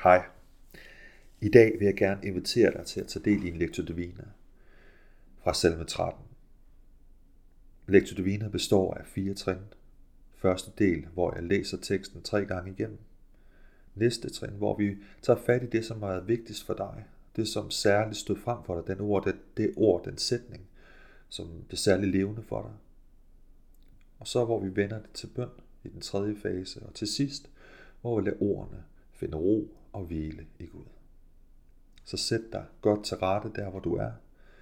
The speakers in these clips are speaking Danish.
Hej. I dag vil jeg gerne invitere dig til at tage del i en Lectio Divina fra salme 13. Lectio Divina består af 4 trin. Første del, hvor jeg læser teksten 3 gange igennem. Næste trin, hvor vi tager fat i det, som er vigtigst for dig. Det, som særligt stod frem for dig. Det ord, den sætning, som det særligt levende for dig. Og så hvor vi vender det til bøn i den tredje fase. Og til sidst, hvor vi lader ordene finde ro og hvile i Gud. Så sæt dig godt til rette der, hvor du er.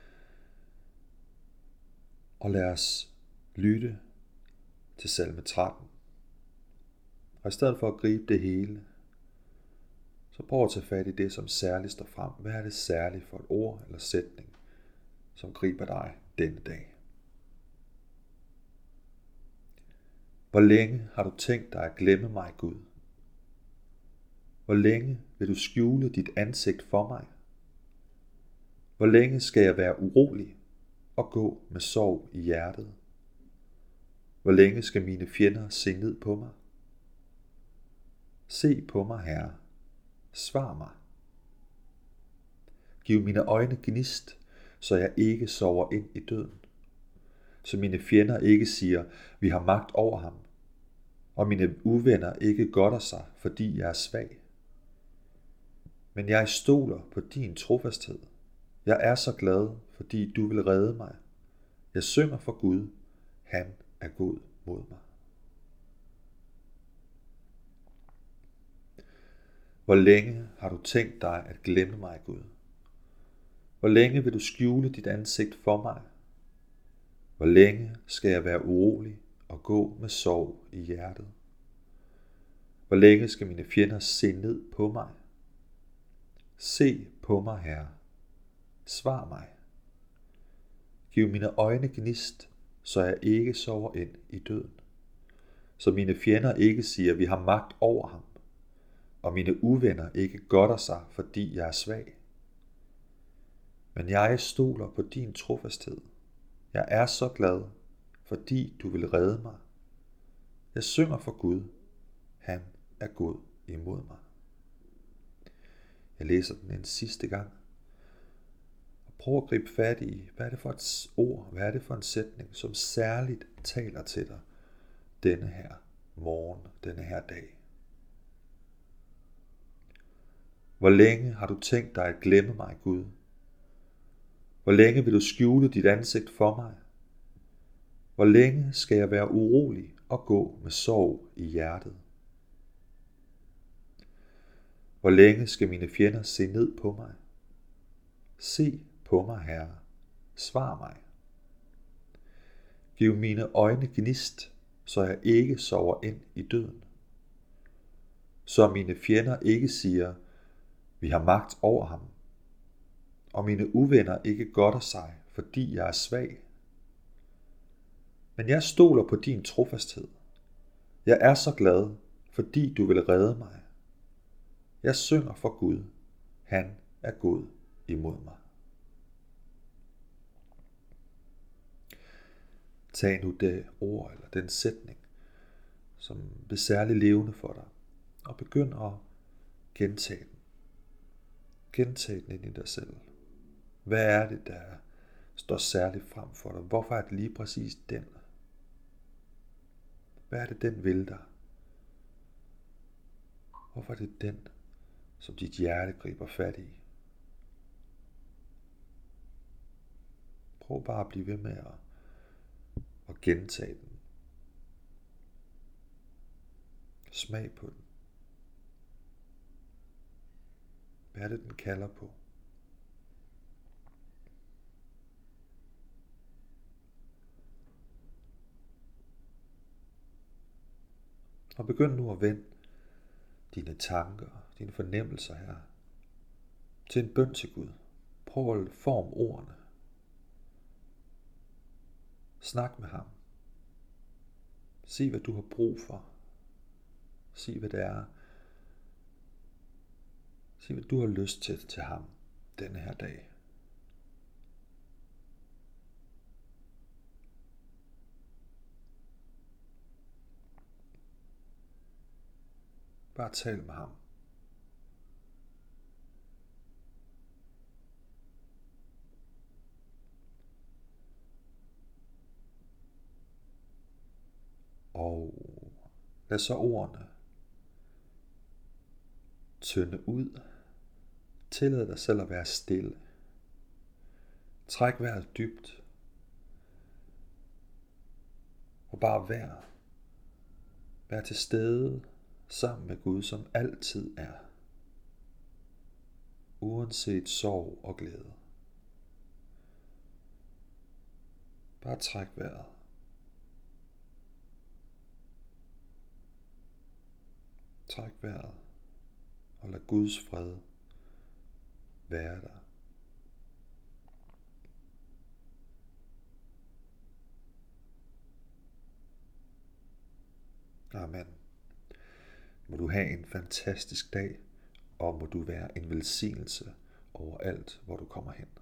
Og lad os lytte til salme 13. Og i stedet for at gribe det hele, så prøv at tage fat i det, som særligt står frem. Hvad er det særligt for et ord eller sætning, som griber dig denne dag? Hvor længe har du tænkt dig at glemme mig, Gud? Hvor længe vil du skjule dit ansigt for mig? Hvor længe skal jeg være urolig og gå med sorg i hjertet? Hvor længe skal mine fjender se ned på mig? Se på mig, Herre. Svar mig. Giv mine øjne gnist, så jeg ikke sover ind i døden. Så mine fjender ikke siger, vi har magt over ham. Og mine uvenner ikke godter sig, fordi jeg er svag. Men jeg stoler på din trofasthed. Jeg er så glad, fordi du vil redde mig. Jeg synger for Gud. Han er god mod mig. Hvor længe har du tænkt dig at glemme mig, Gud? Hvor længe vil du skjule dit ansigt for mig? Hvor længe skal jeg være urolig og gå med sorg i hjertet? Hvor længe skal mine fjender se ned på mig? Se på mig, Herre. Svar mig. Giv mine øjne gnist, så jeg ikke sover ind i døden. Så mine fjender ikke siger, vi har magt over ham. Og mine uvenner ikke godter sig, fordi jeg er svag. Men jeg stoler på din trofasthed. Jeg er så glad, fordi du vil redde mig. Jeg synger for Gud. Han er god imod mig. Jeg læser den en sidste gang. Og prøv at gribe fat i, hvad er det for et ord, hvad er det for en sætning, som særligt taler til dig denne her morgen, denne her dag. Hvor længe har du tænkt dig at glemme mig, Gud? Hvor længe vil du skjule dit ansigt for mig? Hvor længe skal jeg være urolig og gå med sorg i hjertet? Hvor længe skal mine fjender se ned på mig? Se på mig, Herre. Svar mig. Giv mine øjne gnist, så jeg ikke sover ind i døden. Så mine fjender ikke siger, vi har magt over ham. Og mine uvenner ikke godter sig, fordi jeg er svag. Men jeg stoler på din trofasthed. Jeg er så glad, fordi du vil redde mig. Jeg synger for Gud. Han er god imod mig. Tag nu det ord eller den sætning, som er særligt levende for dig, og begynd at gentage den. Gentag den ind i dig selv. Hvad er det, der står særligt frem for dig? Hvorfor er det lige præcis den? Hvad er det, den vil dig? Hvorfor er det den, som dit hjerte griber fat i? Prøv bare at blive ved med at gentage den. Smag på den. Hvad er det, den kalder på? Og begynd nu at vende dine tanker, dine fornemmelser her til en bøn til Gud. Prøv at forme ordene. Snak med ham. Sig, hvad du har brug for. Sig, hvad det er. Sig, hvad du har lyst til ham denne her dag. Bare tal med ham. Lad så ordene tynde ud. Tillad dig selv at være stille. Træk vejret dybt. Og bare vær. Vær til stede sammen med Gud, som altid er. Uanset sorg og glæde. Bare træk vejret. Træk vejret. Og lad Guds fred være der. Amen. Må du have en fantastisk dag, og må du være en velsignelse over alt, hvor du kommer hen.